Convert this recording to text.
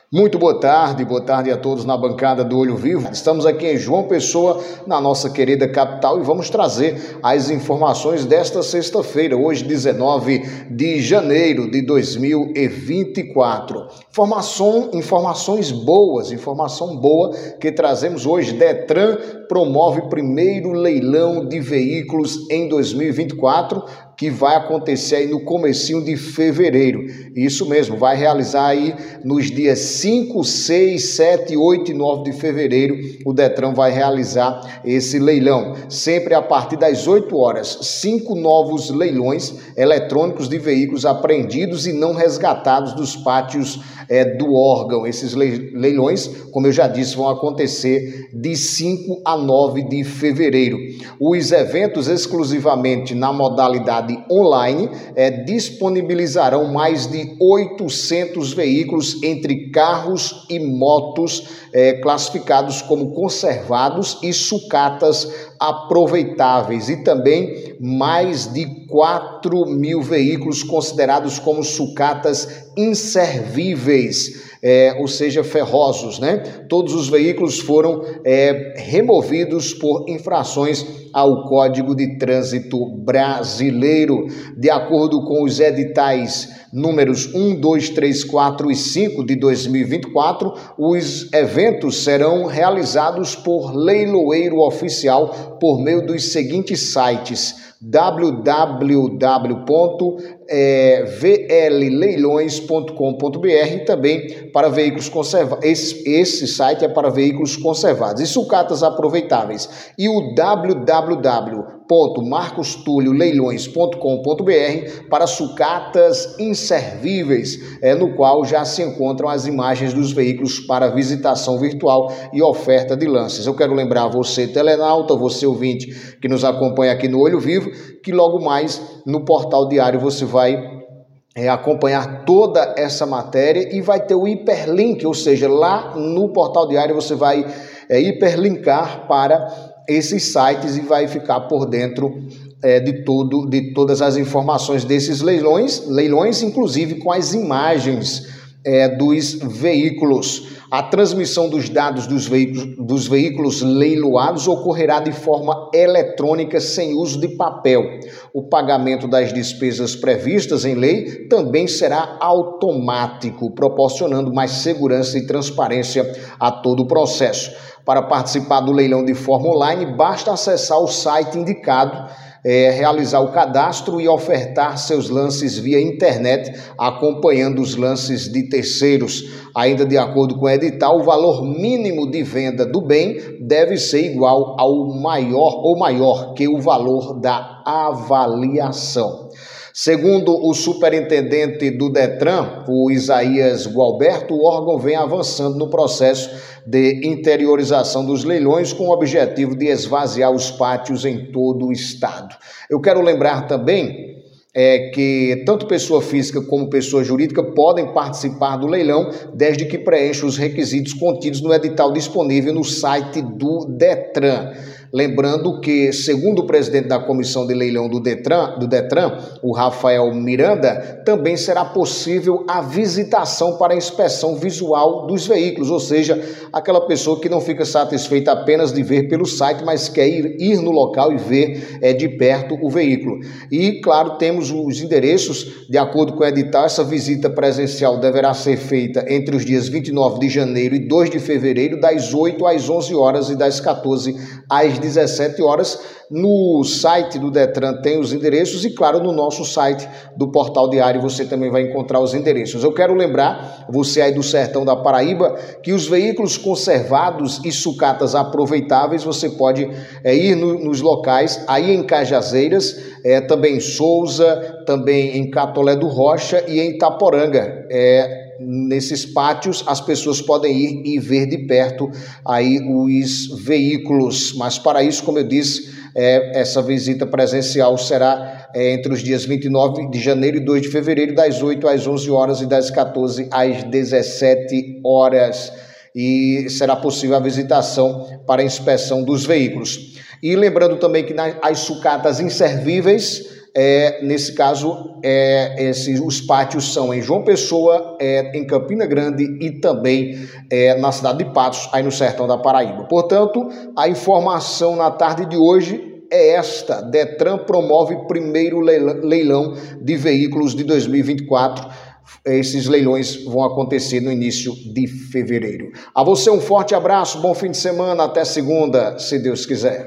Muito boa tarde a todos na bancada do Olho Vivo. Estamos aqui em João Pessoa, na nossa querida capital, e vamos trazer as informações desta sexta-feira, hoje 19 de janeiro de 2024. Informação boa que trazemos hoje. Detran promove primeiro leilão de veículos em 2024, que vai acontecer aí no comecinho de fevereiro. Isso mesmo, vai realizar aí nos dias 5, 6, 7, 8 e 9 de fevereiro, o Detran vai realizar esse leilão. Sempre a partir das 8 horas, 5 novos leilões eletrônicos de veículos apreendidos e não resgatados dos pátios do órgão. Esses leilões, como eu já disse, vão acontecer de 5 a 9 de fevereiro. Os eventos exclusivamente na modalidade online disponibilizarão mais de 800 veículos entre carros e motos classificados como conservados e sucatas aproveitáveis, e também mais de 4.000 veículos considerados como sucatas inservíveis, ou seja, ferrosos, né? Todos os veículos foram removidos por infrações ao Código de Trânsito Brasileiro. De acordo com os editais números 1, 2, 3, 4 e 5 de 2024, os eventos serão realizados por leiloeiro oficial por meio dos seguintes sites: www.vlleilões.com.br, também para veículos conservados. Esse site é para veículos conservados e sucatas aproveitáveis, e o www.marcostulioleilões.com.br para sucatas inservíveis, no qual já se encontram as imagens dos veículos para visitação virtual e oferta de lances. Eu quero lembrar você, telenauta, você ouvinte que nos acompanha aqui no Olho Vivo, que logo mais no Portal Diário você vai acompanhar toda essa matéria e vai ter o hiperlink, ou seja, lá no Portal Diário você vai hiperlinkar para esses sites e vai ficar por dentro de todas as informações desses leilões, inclusive com as imagens dos veículos. A transmissão dos dados dos veículos leiloados ocorrerá de forma eletrônica, sem uso de papel. O pagamento das despesas previstas em lei também será automático, proporcionando mais segurança e transparência a todo o processo. Para participar do leilão de forma online, basta acessar o site indicado, realizar o cadastro e ofertar seus lances via internet, acompanhando os lances de terceiros. Ainda de acordo com o edital, o valor mínimo de venda do bem deve ser igual ao maior que o valor da avaliação. Segundo o superintendente do Detran, o Isaías Gualberto, o órgão vem avançando no processo de interiorização dos leilões com o objetivo de esvaziar os pátios em todo o estado. Eu quero lembrar também que tanto pessoa física como pessoa jurídica podem participar do leilão, desde que preencham os requisitos contidos no edital disponível no site do Detran. Lembrando que, segundo o presidente da comissão de leilão do Detran, o Rafael Miranda, também será possível a visitação para a inspeção visual dos veículos, ou seja, aquela pessoa que não fica satisfeita apenas de ver pelo site, mas quer ir no local e ver de perto o veículo. E, claro, temos os endereços. De acordo com o edital, essa visita presencial deverá ser feita entre os dias 29 de janeiro e 2 de fevereiro, das 8 às 11 horas e das 14 às 17 horas. No site do Detran tem os endereços e, claro, no nosso site do Portal Diário você também vai encontrar os endereços. Eu quero lembrar, você aí do sertão da Paraíba, que os veículos conservados e sucatas aproveitáveis você pode ir nos locais, aí em Cajazeiras, também em Souza, também em Catolé do Rocha e em Itaporanga. Nesses pátios as pessoas podem ir e ver de perto aí os veículos, mas para isso, como eu disse, essa visita presencial será entre os dias 29 de janeiro e 2 de fevereiro, das 8 às 11 horas e das 14 às 17 horas. E será possível a visitação para a inspeção dos veículos. E lembrando também que as sucatas inservíveis Nesse caso, os pátios são em João Pessoa, em Campina Grande e também na cidade de Patos, aí no sertão da Paraíba. Portanto, a informação na tarde de hoje é esta: Detran promove primeiro leilão de veículos de 2024. Esses leilões vão acontecer no início de fevereiro. A você um forte abraço, bom fim de semana, até segunda, se Deus quiser.